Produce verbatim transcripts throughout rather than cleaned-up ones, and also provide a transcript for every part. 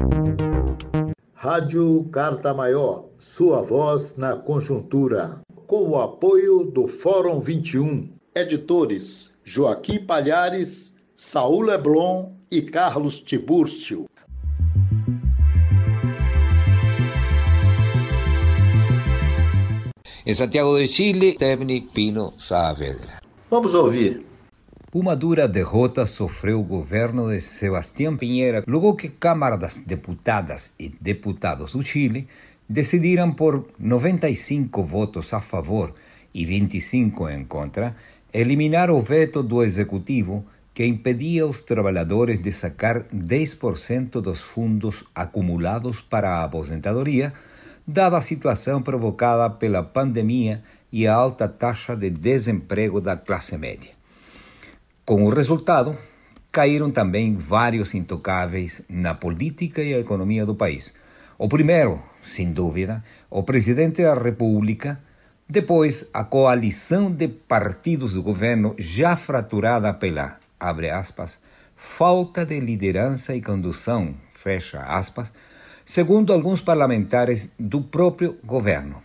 Rádio Carta Maior, sua voz na conjuntura. Com o apoio do Fórum vinte e um. Editores Joaquim Palhares, Saul Leblon e Carlos Tibúrcio. Em Santiago de Chile, Tevni Pino Saavedra. Vamos ouvir. Uma dura derrota sofreu o governo de Sebastián Piñera logo que Câmara das Deputadas e Deputados do Chile decidiram por noventa e cinco votos a favor e vinte e cinco em contra eliminar o veto do Executivo que impedia aos trabalhadores de sacar dez por cento dos fundos acumulados para a aposentadoria, dada a situação provocada pela pandemia e a alta taxa de desemprego da classe média. Com o resultado, caíram também vários intocáveis na política e a economia do país. O primeiro, sem dúvida, o presidente da República, depois a coalição de partidos do governo já fraturada pela, abre aspas, falta de liderança e condução, fecha aspas, segundo alguns parlamentares do próprio governo.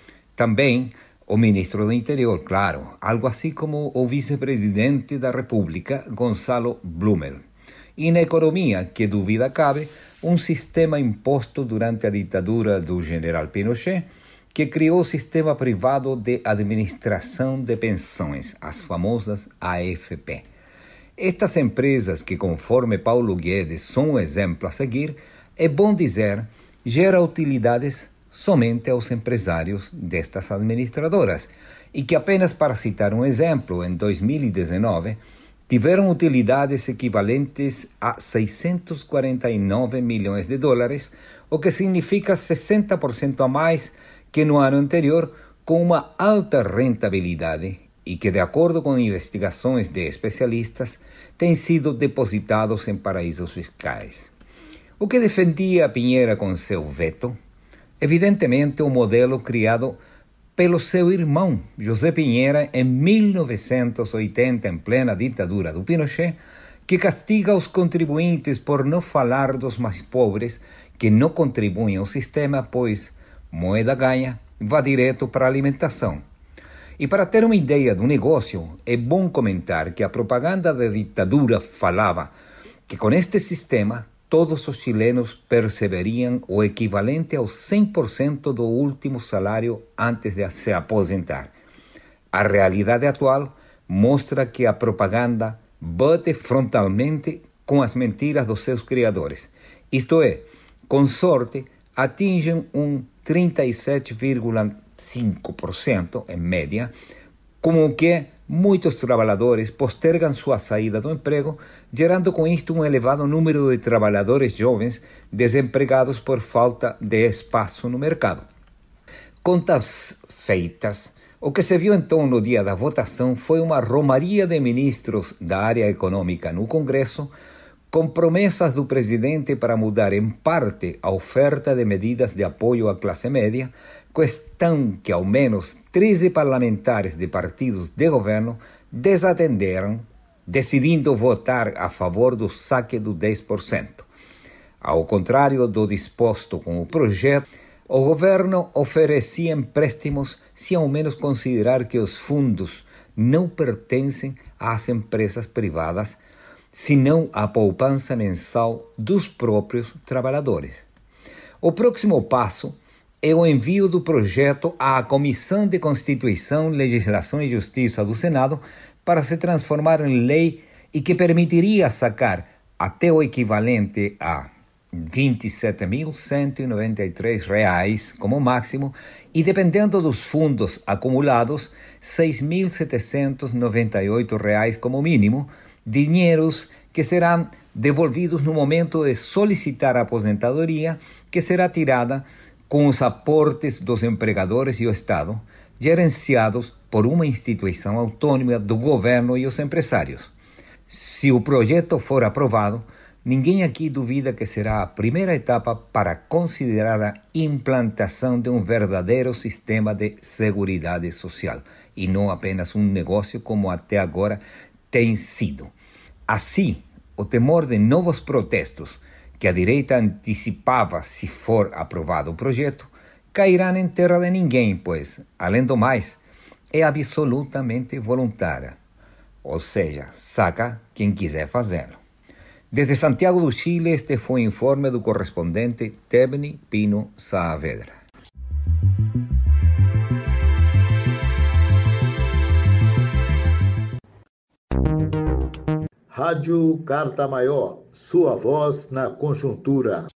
Também o ministro do Interior, claro, algo assim como o vice-presidente da República, Gonçalo Blumel. E na economia, que dúvida cabe, um sistema imposto durante a ditadura do general Pinochet, que criou o sistema privado de administração de pensões, as famosas A F P. Estas empresas que, conforme Paulo Guedes, são um exemplo a seguir, é bom dizer, gera utilidades somente aos empresários destas administradoras e que apenas para citar um exemplo, em dois mil e dezenove, tiveram utilidades equivalentes a seiscentos e quarenta e nove milhões de dólares, o que significa sessenta por cento a mais que no ano anterior, com uma alta rentabilidade e que, de acordo com investigações de especialistas, têm sido depositados em paraísos fiscais. O que defendia Piñera com seu veto? Evidentemente, o modelo criado pelo seu irmão, José Piñera, em mil novecentos e oitenta, em plena ditadura do Pinochet, que castiga os contribuintes por não falar dos mais pobres que não contribuem ao sistema, pois moeda ganha vai direto para a alimentação. E para ter uma ideia do negócio, é bom comentar que a propaganda da ditadura falava que com este sistema todos os chilenos perceberiam o equivalente ao cem por cento do último salário antes de se aposentar. A realidade atual mostra que a propaganda bate frontalmente com as mentiras dos seus criadores. Isto é, com sorte, atingem um trinta e sete vírgula cinco por cento em média, como que muitos trabalhadores postergam sua saída do emprego, gerando com isto um elevado número de trabalhadores jovens desempregados por falta de espaço no mercado. Contas feitas, o que se viu então no dia da votação foi uma romaria de ministros da área econômica no Congresso, com promessas do presidente para mudar em parte a oferta de medidas de apoio à classe média, questão que ao menos treze parlamentares de partidos de governo desatenderam, decidindo votar a favor do saque do dez por cento. Ao contrário do disposto com o projeto, o governo oferecia empréstimos se ao menos considerar que os fundos não pertencem às empresas privadas, senão à poupança mensal dos próprios trabalhadores. O próximo passo é o envio do projeto à Comissão de Constituição, Legislação e Justiça do Senado para se transformar em lei e que permitiria sacar até o equivalente a vinte e sete mil cento e noventa e três reais como máximo e, dependendo dos fundos acumulados, seis mil setecentos e noventa e oito reais como mínimo, dinheiros que serão devolvidos no momento de solicitar a aposentadoria, que será tirada com os aportes dos empregadores e o Estado, gerenciados por uma instituição autônoma do governo e os empresários. Se o projeto for aprovado, ninguém aqui duvida que será a primeira etapa para considerar a implantação de um verdadeiro sistema de seguridade social, e não apenas um negócio como até agora tem sido. Assim, o temor de novos protestos, que a direita antecipava se for aprovado o projeto, cairão em terra de ninguém, pois, além do mais, é absolutamente voluntária. Ou seja, saca quem quiser fazê-lo. Desde Santiago do Chile, este foi o informe do correspondente Tebni Pino Saavedra. Rádio Carta Maior, sua voz na conjuntura.